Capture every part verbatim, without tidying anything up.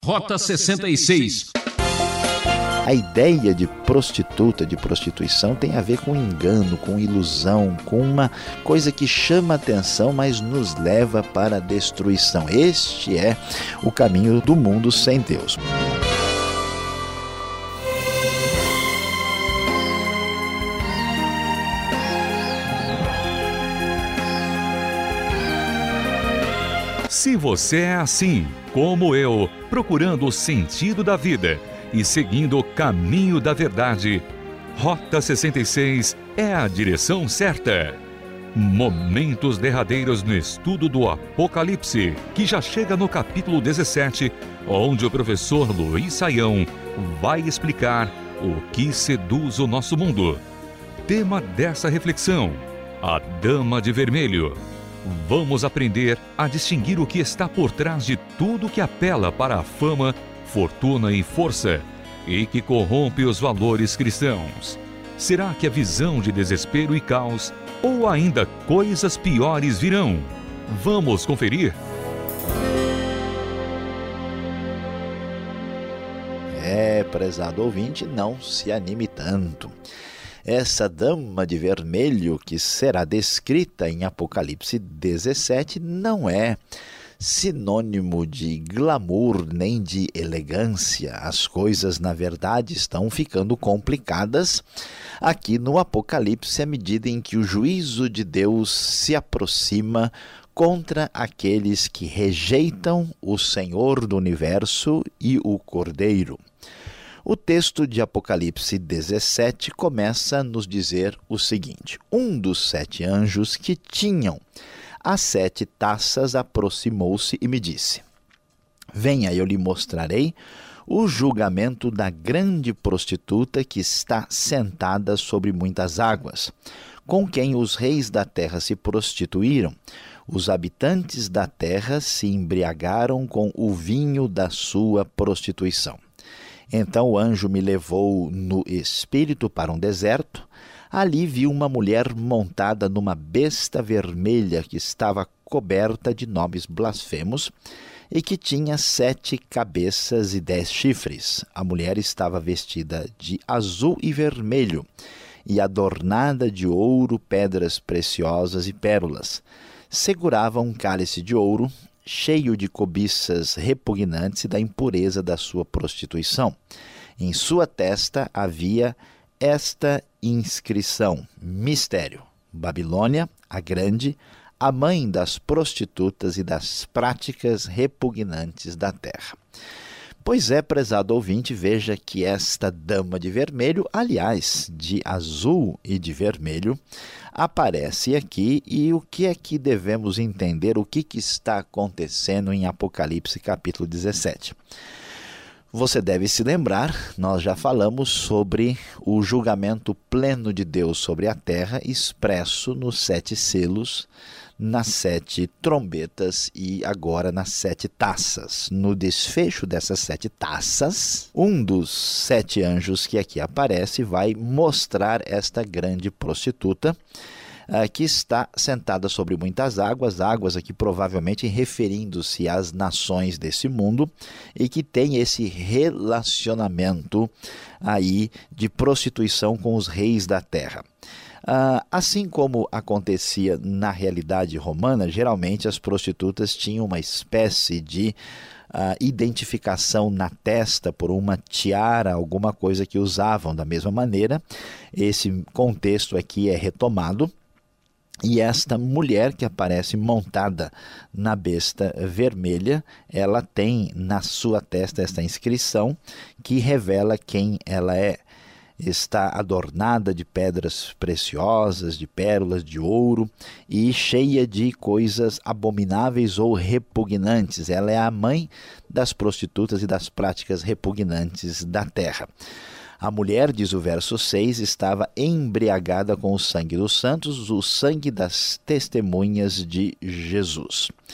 Rota sessenta e seis. A ideia de prostituta, de prostituição, tem a ver com engano, com ilusão, com uma coisa que chama atenção, mas nos leva para a destruição. Este é o caminho do mundo sem Deus. Se você é assim, como eu, procurando o sentido da vida e seguindo o caminho da verdade, Rota sessenta e seis é a direção certa. Momentos derradeiros no estudo do Apocalipse, que já chega no capítulo dezessete, onde o professor Luiz Saião vai explicar o que seduz o nosso mundo. Tema dessa reflexão: a Dama de Vermelho. Vamos aprender a distinguir o que está por trás de tudo que apela para a fama, fortuna e força, e que corrompe os valores cristãos. Será que a visão de desespero e caos, ou ainda coisas piores virão? Vamos conferir? É, prezado ouvinte, não se anime tanto. Essa dama de vermelho que será descrita em Apocalipse dezessete não é sinônimo de glamour nem de elegância. As coisas, na verdade, estão ficando complicadas aqui no Apocalipse à medida em que o juízo de Deus se aproxima contra aqueles que rejeitam o Senhor do Universo e o Cordeiro. O texto de Apocalipse dezessete começa a nos dizer o seguinte: um dos sete anjos que tinham as sete taças aproximou-se e me disse: venha, eu lhe mostrarei o julgamento da grande prostituta que está sentada sobre muitas águas, com quem os reis da terra se prostituíram. Os habitantes da terra se embriagaram com o vinho da sua prostituição. Então o anjo me levou no espírito para um deserto. Ali vi uma mulher montada numa besta vermelha que estava coberta de nomes blasfemos e que tinha sete cabeças e dez chifres. A mulher estava vestida de azul e vermelho e adornada de ouro, pedras preciosas e pérolas. Segurava um cálice de ouro cheio de cobiças repugnantes e da impureza da sua prostituição. Em sua testa havia esta inscrição: Mistério, Babilônia, a Grande, a mãe das prostitutas e das práticas repugnantes da terra. Pois é, prezado ouvinte, veja que esta dama de vermelho, aliás, de azul e de vermelho, aparece aqui. E o que é que devemos entender, o que, que está acontecendo em Apocalipse capítulo dezessete? Você deve se lembrar, nós já falamos sobre o julgamento pleno de Deus sobre a terra, expresso nos sete selos, nas sete trombetas e agora nas sete taças. No desfecho dessas sete taças, um dos sete anjos que aqui aparece vai mostrar esta grande prostituta, Uh, que está sentada sobre muitas águas, águas aqui provavelmente referindo-se às nações desse mundo, e que tem esse relacionamento aí de prostituição com os reis da terra. Uh, assim como acontecia na realidade romana, geralmente as prostitutas tinham uma espécie de uh, identificação na testa por uma tiara, alguma coisa que usavam da mesma maneira. Esse contexto aqui é retomado. E esta mulher que aparece montada na besta vermelha, ela tem na sua testa esta inscrição que revela quem ela é. Está adornada de pedras preciosas, de pérolas, de ouro e cheia de coisas abomináveis ou repugnantes. Ela é a mãe das prostitutas e das práticas repugnantes da terra. A mulher, diz o verso seis, estava embriagada com o sangue dos santos, o sangue das testemunhas de Jesus.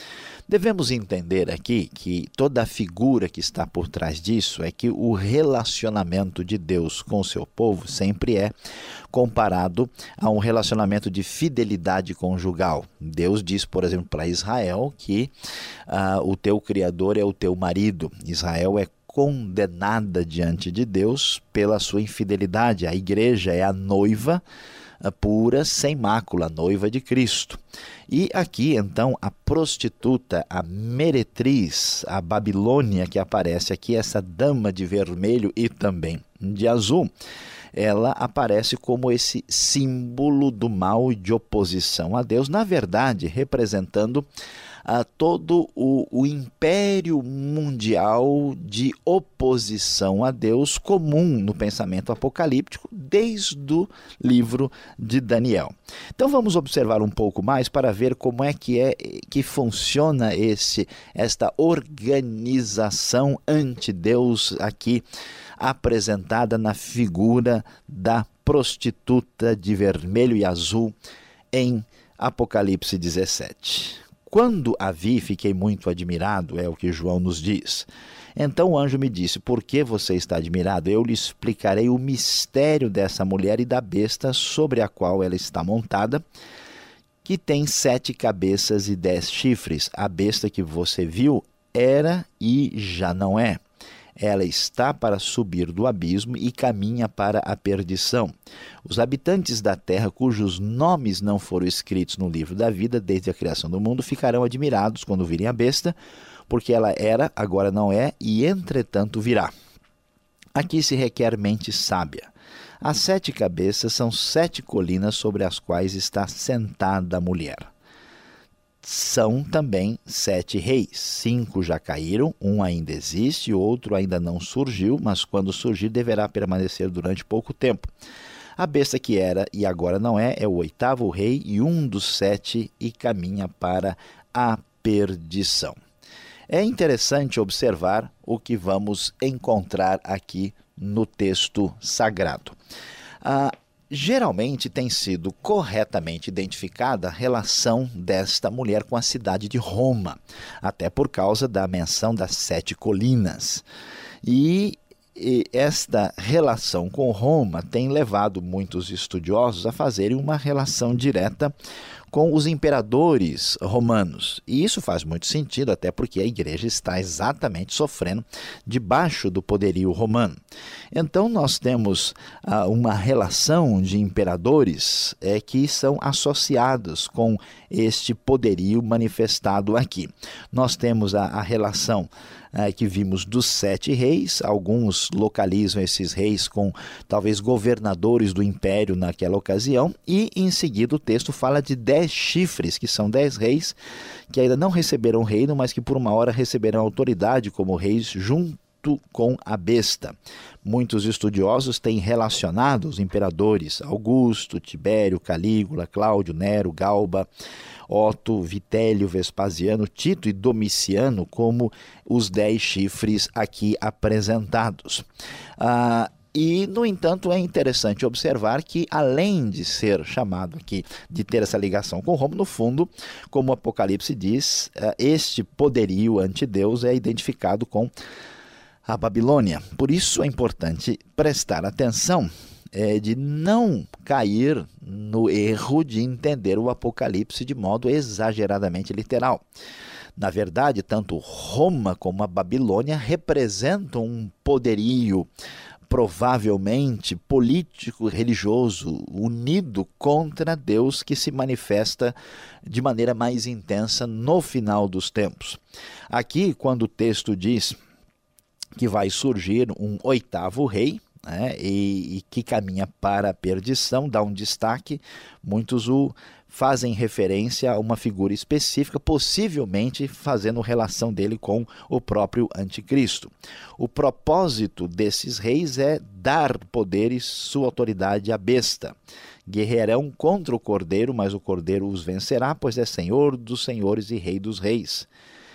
Devemos entender aqui que toda a figura que está por trás disso é que o relacionamento de Deus com o seu povo sempre é comparado a um relacionamento de fidelidade conjugal. Deus diz, por exemplo, para Israel que uh, o teu Criador é o teu marido. Israel é condenada diante de Deus pela sua infidelidade. A igreja é a noiva pura, sem mácula, noiva de Cristo. E aqui, então, a prostituta, a meretriz, a Babilônia que aparece aqui, essa dama de vermelho e também de azul, ela aparece como esse símbolo do mal e de oposição a Deus, na verdade, representando a todo o, o império mundial de oposição a Deus comum no pensamento apocalíptico desde o livro de Daniel. Então vamos observar um pouco mais para ver como é que é que funciona esse esta organização anti-Deus aqui apresentada na figura da prostituta de vermelho e azul em Apocalipse dezessete. Quando a vi, fiquei muito admirado, é o que João nos diz. Então o anjo me disse, por que você está admirado? Eu lhe explicarei o mistério dessa mulher e da besta sobre a qual ela está montada, que tem sete cabeças e dez chifres. A besta que você viu era e já não é. Ela está para subir do abismo e caminha para a perdição. Os habitantes da terra, cujos nomes não foram escritos no livro da vida desde a criação do mundo, ficarão admirados quando virem a besta, porque ela era, agora não é, e entretanto virá. Aqui se requer mente sábia. As sete cabeças são sete colinas sobre as quais está sentada a mulher. São também sete reis. Cinco já caíram, um ainda existe, o outro ainda não surgiu, mas quando surgir deverá permanecer durante pouco tempo. A besta que era e agora não é, é o oitavo rei e um dos sete e caminha para a perdição. É interessante observar o que vamos encontrar aqui no texto sagrado. Ah, Geralmente tem sido corretamente identificada a relação desta mulher com a cidade de Roma, até por causa da menção das sete colinas. E, e esta relação com Roma tem levado muitos estudiosos a fazerem uma relação direta com os imperadores romanos. E isso faz muito sentido, até porque a igreja está exatamente sofrendo debaixo do poderio romano. Então nós temos ah, uma relação de imperadores é, que são associados com este poderio manifestado aqui. Nós temos a, a relação ah, que vimos dos sete reis, alguns localizam esses reis com talvez governadores do império naquela ocasião, e em seguida o texto fala de dez chifres, que são dez reis, que ainda não receberam reino, mas que por uma hora receberão autoridade como reis junto com a besta. Muitos estudiosos têm relacionado os imperadores Augusto, Tibério, Calígula, Cláudio, Nero, Galba, Otto, Vitélio, Vespasiano, Tito e Domiciano como os dez chifres aqui apresentados. Ah, E, no entanto, é interessante observar que, além de ser chamado aqui, de ter essa ligação com Roma, no fundo, como o Apocalipse diz, este poderio ante-Deus é identificado com a Babilônia. Por isso é importante prestar atenção é, de não cair no erro de entender o Apocalipse de modo exageradamente literal. Na verdade, tanto Roma como a Babilônia representam um poderio provavelmente político, religioso, unido contra Deus, que se manifesta de maneira mais intensa no final dos tempos. Aqui, quando o texto diz que vai surgir um oitavo rei, né, e, e que caminha para a perdição, dá um destaque, muitos o fazem referência a uma figura específica, possivelmente fazendo relação dele com o próprio anticristo. O propósito desses reis é dar poder e sua autoridade à besta. Guerrearão contra o cordeiro, mas o cordeiro os vencerá, pois é senhor dos senhores e rei dos reis.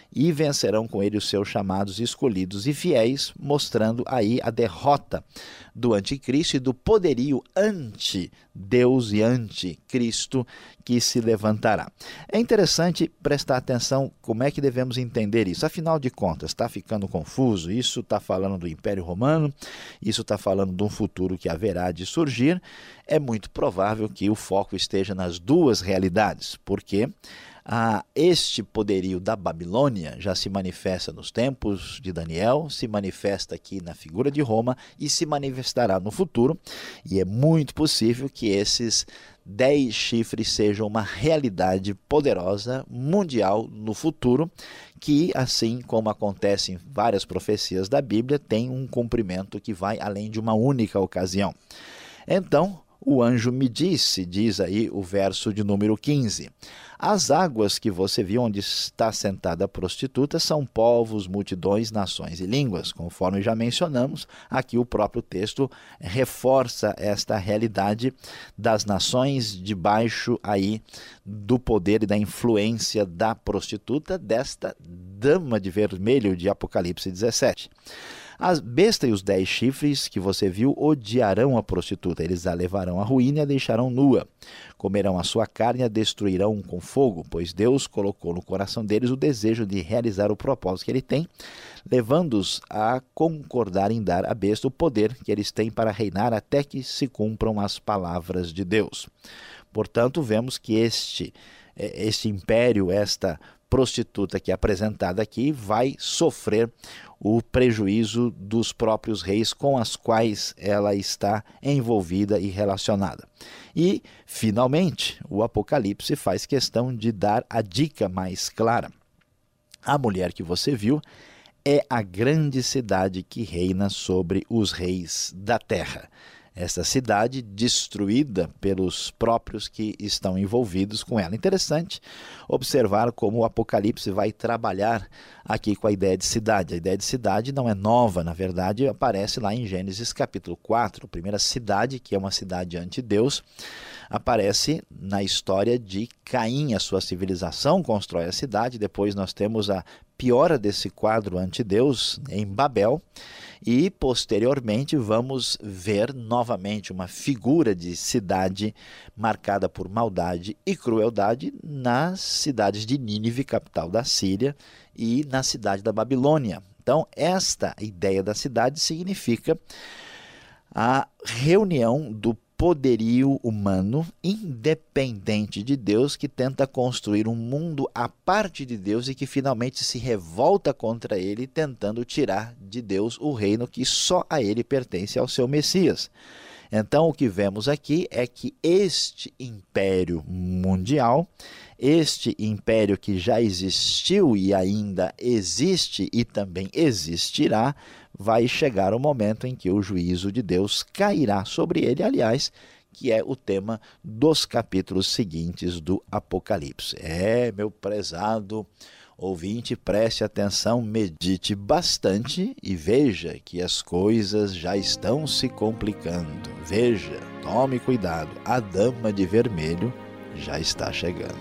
e vencerão com ele os seus chamados escolhidos e fiéis, mostrando aí a derrota do anticristo e do poderio anti-Deus e anti-Cristo que se levantará. É interessante prestar atenção como é que devemos entender isso. Afinal de contas, está ficando confuso? Isso está falando do Império Romano, isso está falando de um futuro que haverá de surgir. É muito provável que o foco esteja nas duas realidades, porque Ah, este poderio da Babilônia já se manifesta nos tempos de Daniel, se manifesta aqui na figura de Roma e se manifestará no futuro, e é muito possível que esses dez chifres sejam uma realidade poderosa mundial no futuro, que, assim como acontece em várias profecias da Bíblia, tem um cumprimento que vai além de uma única ocasião. Então, o anjo me disse, diz aí o verso de número quinze, as águas que você viu onde está sentada a prostituta são povos, multidões, nações e línguas. Conforme já mencionamos, aqui o próprio texto reforça esta realidade das nações debaixo aí do poder e da influência da prostituta, desta dama de vermelho de Apocalipse dezessete. A besta e os dez chifres que você viu odiarão a prostituta. Eles a levarão à ruína e a deixarão nua. Comerão a sua carne e a destruirão com fogo, pois Deus colocou no coração deles o desejo de realizar o propósito que ele tem, levando-os a concordar em dar à besta o poder que eles têm para reinar até que se cumpram as palavras de Deus. Portanto, vemos que este, este império, esta prostituta que é apresentada aqui, vai sofrer o prejuízo dos próprios reis com as quais ela está envolvida e relacionada. E, finalmente, o Apocalipse faz questão de dar a dica mais clara. A mulher que você viu é a grande cidade que reina sobre os reis da terra. Essa cidade destruída pelos próprios que estão envolvidos com ela. Interessante observar como o Apocalipse vai trabalhar aqui com a ideia de cidade. A ideia de cidade não é nova, na verdade aparece lá em Gênesis capítulo quatro. A primeira cidade, que é uma cidade ante Deus, aparece na história de Caim. A sua civilização constrói a cidade, depois nós temos a piora desse quadro ante Deus em Babel, e posteriormente vamos ver novamente uma figura de cidade marcada por maldade e crueldade nas cidades de Nínive, capital da Síria, e na cidade da Babilônia. Então, esta ideia da cidade significa a reunião do poderio humano independente de Deus, que tenta construir um mundo à parte de Deus e que finalmente se revolta contra ele, tentando tirar de Deus o reino que só a ele pertence, ao seu Messias. Então, o que vemos aqui é que este império mundial, este império que já existiu e ainda existe e também existirá, vai chegar o momento em que o juízo de Deus cairá sobre ele, aliás, que é o tema dos capítulos seguintes do Apocalipse. É, meu prezado ouvinte, preste atenção, medite bastante e veja que as coisas já estão se complicando. Veja, tome cuidado, a dama de vermelho já está chegando.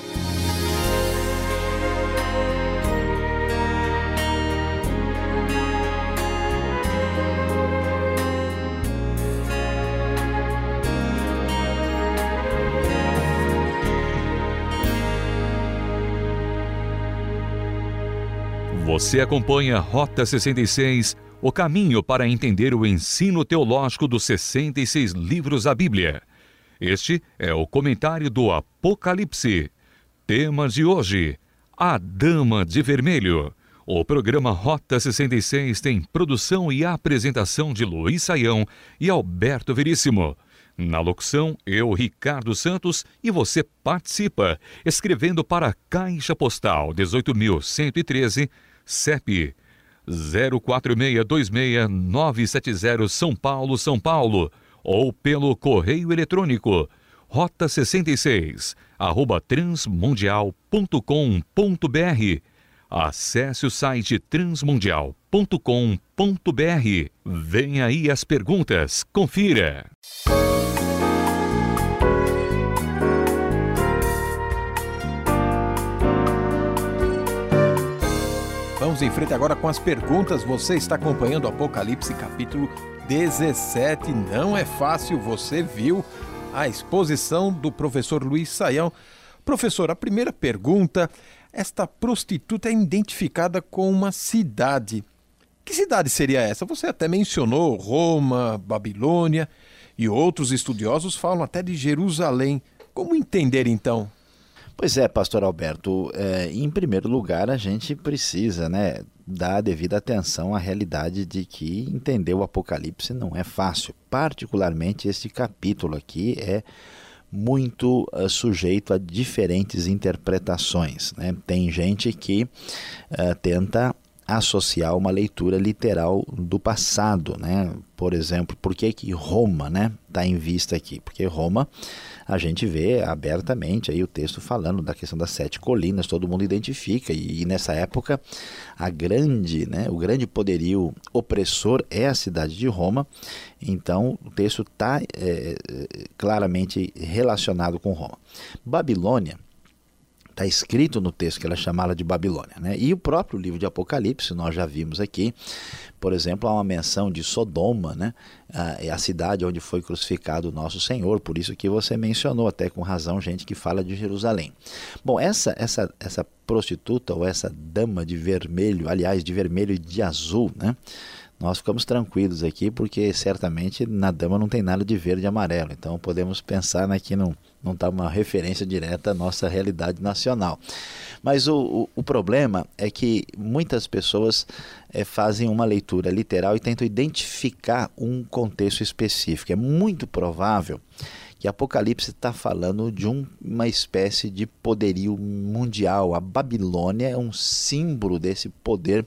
Você acompanha Rota sessenta e seis, o caminho para entender o ensino teológico dos sessenta e seis livros da Bíblia. Este é o comentário do Apocalipse. Tema de hoje, a Dama de Vermelho. O programa Rota sessenta e seis tem produção e apresentação de Luiz Saião e Alberto Veríssimo. Na locução, eu, Ricardo Santos, e você participa, escrevendo para a Caixa Postal dezoito mil cento e treze, C E P zero quatro seis dois seis nove sete zero, São Paulo, São Paulo, ou pelo correio eletrônico rota sessenta e seis, arroba transmundial ponto com ponto br. Acesse o site transmundial ponto com ponto br. Vem aí as perguntas, confira. Vamos em frente agora com as perguntas. Você está acompanhando o Apocalipse capítulo dezessete. Não é fácil, você viu a exposição do professor Luiz Saião. Professor, a primeira pergunta: esta prostituta é identificada com uma cidade. Que cidade seria essa? Você até mencionou Roma, Babilônia, e outros estudiosos falam até de Jerusalém. Como entender então? Pois é, pastor Alberto, é, em primeiro lugar a gente precisa, né, dar a devida atenção à realidade de que entender o Apocalipse não é fácil. Particularmente este capítulo aqui é muito uh, sujeito a diferentes interpretações, né? Tem gente que uh, tenta associar uma leitura literal do passado, né? Por exemplo, por que que Roma, né, está em vista aqui? Porque Roma, a gente vê abertamente aí o texto falando da questão das sete colinas, todo mundo identifica, e, e nessa época a grande, né, o grande poderio opressor é a cidade de Roma. Então o texto está é, claramente relacionado com Roma. Babilônia, está escrito no texto que ela é chamada de Babilônia, né? E o próprio livro de Apocalipse, nós já vimos aqui, por exemplo, há uma menção de Sodoma, né? Ah, é a cidade onde foi crucificado o nosso Senhor, por isso que você mencionou, até com razão, gente que fala de Jerusalém. Bom, essa, essa, essa prostituta, ou essa dama de vermelho, aliás, de vermelho e de azul, né? Nós ficamos tranquilos aqui, porque certamente na dama não tem nada de verde e amarelo, então podemos pensar, né, que não não está uma referência direta à nossa realidade nacional. Mas o, o, o problema é que muitas pessoas é, fazem uma leitura literal e tentam identificar um contexto específico. É muito provável que Apocalipse está falando de um, uma espécie de poderio mundial. A Babilônia é um símbolo desse poder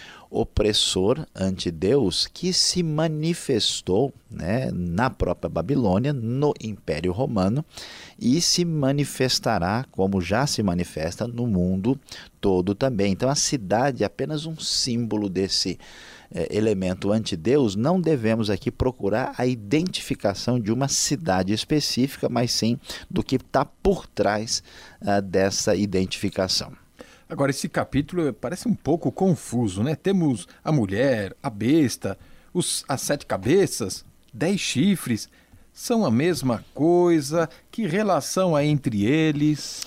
opressor ante Deus que se manifestou, né, na própria Babilônia, no Império Romano, e se manifestará, como já se manifesta, no mundo todo também. Então a cidade é apenas um símbolo desse é, elemento anti-Deus. Não devemos aqui procurar a identificação de uma cidade específica, mas sim do que está por trás uh, dessa identificação. Agora, esse capítulo parece um pouco confuso, né? Temos a mulher, a besta, os, as sete cabeças, dez chifres. São a mesma coisa? Que relação há entre eles?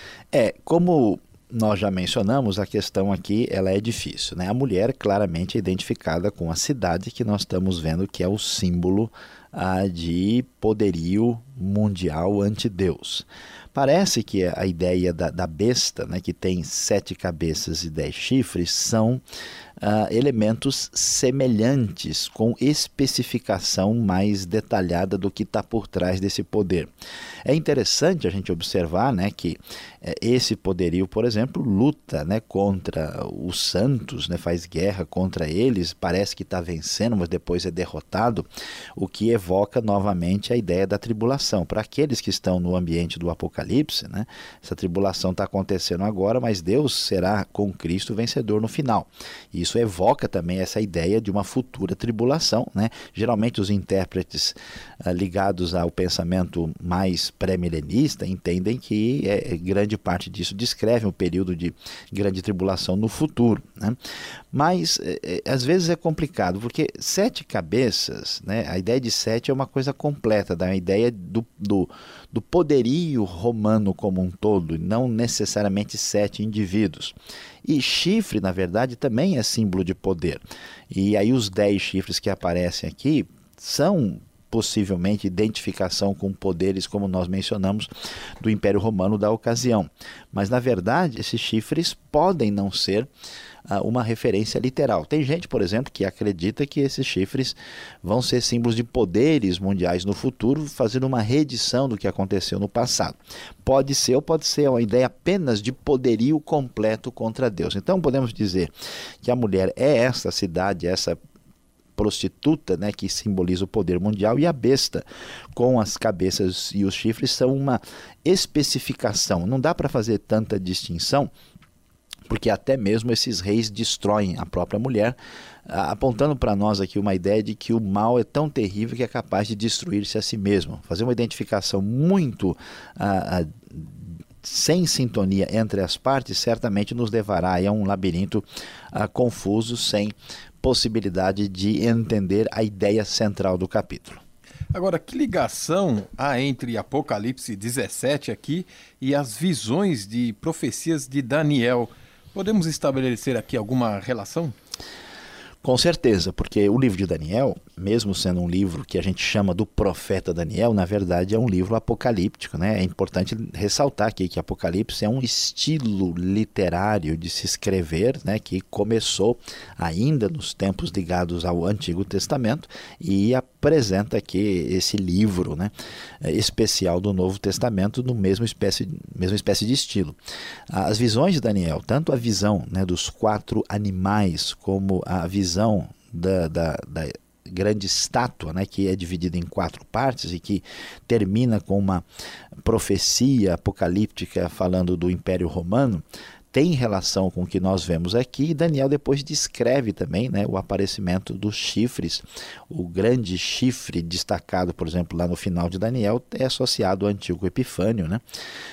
É, como nós já mencionamos, a questão aqui ela é difícil, né? A mulher claramente é identificada com a cidade que nós estamos vendo que é o símbolo ah, de poderio mundial ante Deus. Parece que a ideia da, da besta, né, que tem sete cabeças e dez chifres, são uh, elementos semelhantes, com especificação mais detalhada do que está por trás desse poder. É interessante a gente observar, né, que eh, esse poderio, por exemplo, luta, né, contra os santos, né, faz guerra contra eles, parece que está vencendo, mas depois é derrotado, o que evoca novamente a ideia da tribulação. Para aqueles que estão no ambiente do Apocalipse, né, essa tribulação está acontecendo agora, mas Deus será com Cristo vencedor no final. E isso evoca também essa ideia de uma futura tribulação, né? Geralmente os intérpretes ah, ligados ao pensamento mais pré-milenista entendem que é, grande parte disso descreve um período de grande tribulação no futuro, né? Mas é, às vezes é complicado, porque sete cabeças, né, a ideia de sete é uma coisa completa, da ideia do, do, do poderio romano como um todo, não necessariamente sete indivíduos. E chifre, na verdade, também é símbolo de poder. E aí os dez chifres que aparecem aqui são possivelmente identificação com poderes, como nós mencionamos, do Império Romano da ocasião. Mas, na verdade, esses chifres podem não ser uh, uma referência literal. Tem gente, por exemplo, que acredita que esses chifres vão ser símbolos de poderes mundiais no futuro, fazendo uma reedição do que aconteceu no passado. Pode ser ou pode ser uma ideia apenas de poderio completo contra Deus. Então, podemos dizer que a mulher é essa cidade, essa prostituta, né, que simboliza o poder mundial, e a besta com as cabeças e os chifres são uma especificação. Não dá para fazer tanta distinção, porque até mesmo esses reis destroem a própria mulher, apontando para nós aqui uma ideia de que o mal é tão terrível que é capaz de destruir-se a si mesmo. Fazer uma identificação muito ah, sem sintonia entre as partes, certamente nos levará a um labirinto uh, confuso, sem possibilidade de entender a ideia central do capítulo. Agora, que ligação há entre Apocalipse dezessete aqui e as visões de profecias de Daniel? Podemos estabelecer aqui alguma relação? Com certeza, porque o livro de Daniel, mesmo sendo um livro que a gente chama do profeta Daniel, na verdade é um livro apocalíptico, né? É importante ressaltar aqui que Apocalipse é um estilo literário de se escrever, né? Que começou ainda nos tempos ligados ao Antigo Testamento e apresenta aqui esse livro, né? Especial do Novo Testamento no mesmo espécie, mesma espécie de estilo. As visões de Daniel, tanto a visão, né, dos quatro animais como a visão Da, da, da grande estátua, né, que é dividida em quatro partes e que termina com uma profecia apocalíptica falando do Império Romano, tem relação com o que nós vemos aqui. E Daniel depois descreve também, né, o aparecimento dos chifres. O grande chifre destacado, por exemplo, lá no final de Daniel, é associado ao Antíoco Epifânio, né?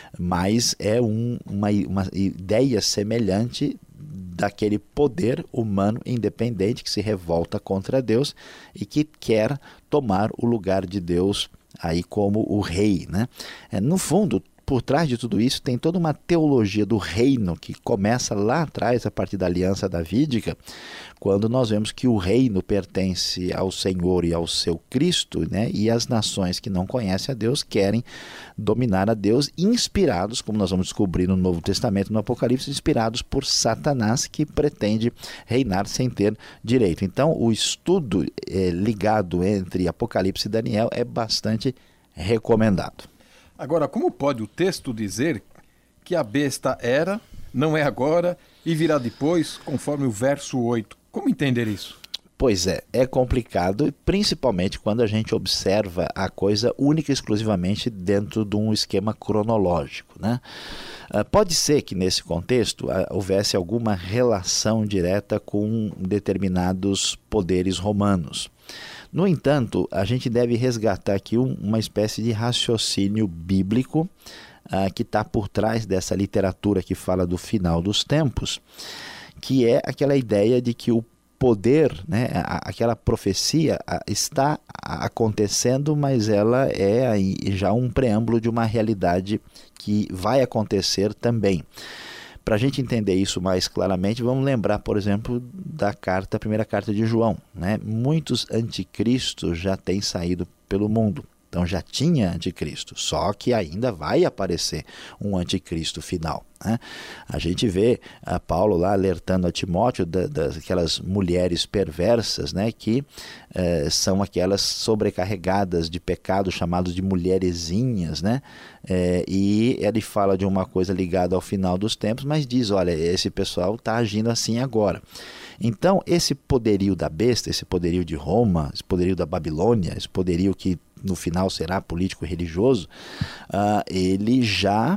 Mas é um, uma, uma ideia semelhante daquele poder humano independente que se revolta contra Deus e que quer tomar o lugar de Deus aí como o rei, né? É, no fundo, por trás de tudo isso tem toda uma teologia do reino que começa lá atrás, a partir da aliança davídica, quando nós vemos que o reino pertence ao Senhor e ao seu Cristo, né? E as nações que não conhecem a Deus querem dominar a Deus, inspirados, como nós vamos descobrir no Novo Testamento, no Apocalipse, inspirados por Satanás, que pretende reinar sem ter direito. Então, o estudo eh, ligado entre Apocalipse e Daniel é bastante recomendado. Agora, como pode o texto dizer que a besta era, não é agora e virá depois, conforme o verso oito? Como entender isso? Pois é, é complicado, principalmente quando a gente observa a coisa única e exclusivamente dentro de um esquema cronológico, né? Uh, pode ser que nesse contexto uh, houvesse alguma relação direta com determinados poderes romanos. No entanto, a gente deve resgatar aqui um, uma espécie de raciocínio bíblico uh, que está por trás dessa literatura que fala do final dos tempos, que é aquela ideia de que o poder, né, a, aquela profecia a, está acontecendo, mas ela é aí já um preâmbulo de uma realidade que vai acontecer também. Para a gente entender isso mais claramente, vamos lembrar, por exemplo, da carta, a primeira carta de João, né? Muitos anticristos já têm saído pelo mundo. Então já tinha anticristo, só que ainda vai aparecer um anticristo final, né? A gente vê a Paulo lá alertando a Timóteo da, daquelas mulheres perversas, né, que eh, são aquelas sobrecarregadas de pecado, chamadas de mulherezinhas, né? Eh, e ele fala de uma coisa ligada ao final dos tempos, mas diz, olha, esse pessoal está agindo assim agora. Então esse poderio da besta, esse poderio de Roma, esse poderio da Babilônia, esse poderio que no final será político e religioso, uh, ele já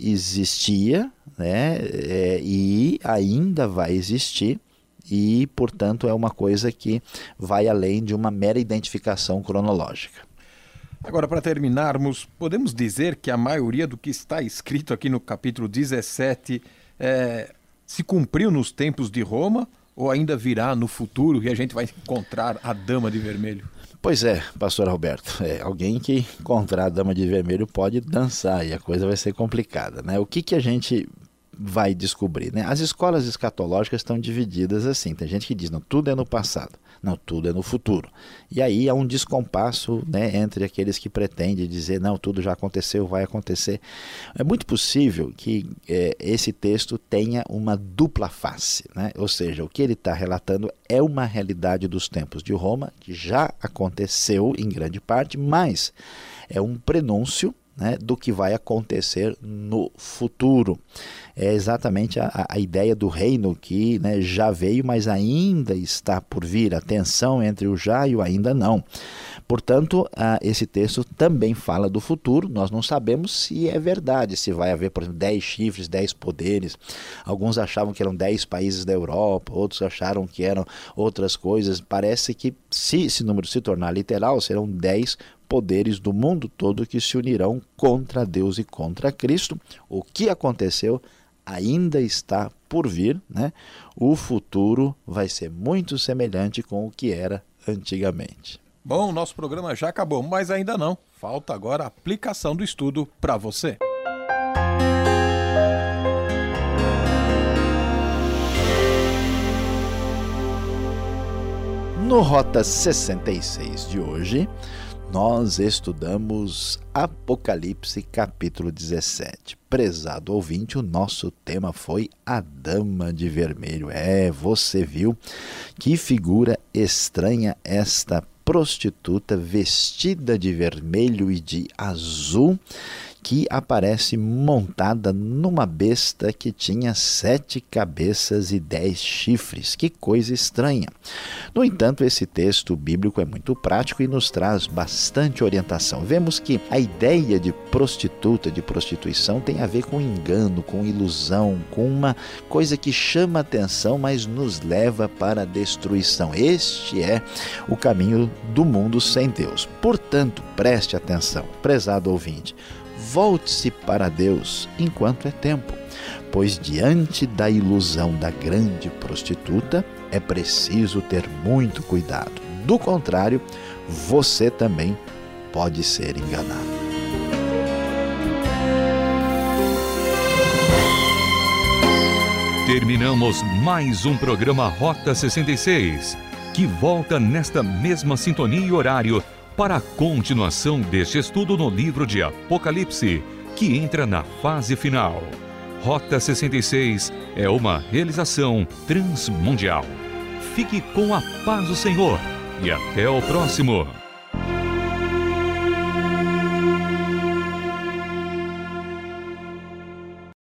existia, né, é, e ainda vai existir, e portanto é uma coisa que vai além de uma mera identificação cronológica. Agora, para terminarmos, podemos dizer que a maioria do que está escrito aqui no capítulo dezessete é, se cumpriu nos tempos de Roma, ou ainda virá no futuro e a gente vai encontrar a Dama de Vermelho? Pois é, pastor Alberto, é, alguém que encontrar a Dama de Vermelho pode dançar e a coisa vai ser complicada, né? O que, que a gente vai descobrir, né? As escolas escatológicas estão divididas assim, tem gente que diz, não, tudo é no passado, não, tudo é no futuro. E aí há um descompasso, né, entre aqueles que pretendem dizer, não, tudo já aconteceu, vai acontecer. É muito possível que é, esse texto tenha uma dupla face, né? Ou seja, o que ele está relatando é uma realidade dos tempos de Roma, que já aconteceu em grande parte, mas é um prenúncio, né, do que vai acontecer no futuro. É exatamente a, a ideia do reino que, né, já veio, mas ainda está por vir. A tensão entre o já e o ainda não. Portanto, ah, esse texto também fala do futuro. Nós não sabemos se é verdade, se vai haver, por exemplo, dez chifres, dez poderes. Alguns achavam que eram dez países da Europa, outros acharam que eram outras coisas. Parece que, se esse número se tornar literal, serão dez poderes do mundo todo que se unirão contra Deus e contra Cristo. O que aconteceu ainda está por vir, né? O futuro vai ser muito semelhante com o que era antigamente. Bom, nosso programa já acabou, mas ainda não. Falta agora a aplicação do estudo para você. No Rota sessenta e seis de hoje, nós estudamos Apocalipse capítulo dezessete. Prezado ouvinte, o nosso tema foi a Dama de Vermelho. É, você viu que figura estranha esta prostituta vestida de vermelho e de azul, que aparece montada numa besta que tinha sete cabeças e dez chifres. Que coisa estranha! No entanto, esse texto bíblico é muito prático e nos traz bastante orientação. Vemos que a ideia de prostituta, de prostituição, tem a ver com engano, com ilusão, com uma coisa que chama atenção, mas nos leva para a destruição. Este é o caminho do mundo sem Deus. Portanto, preste atenção, prezado ouvinte. Volte-se para Deus enquanto é tempo, pois diante da ilusão da grande prostituta é preciso ter muito cuidado. Do contrário, você também pode ser enganado. Terminamos mais um programa Rota sessenta e seis, que volta nesta mesma sintonia e horário para a continuação deste estudo no livro de Apocalipse, que entra na fase final. Rota sessenta e seis é uma realização transmundial. Fique com a paz do Senhor e até o próximo.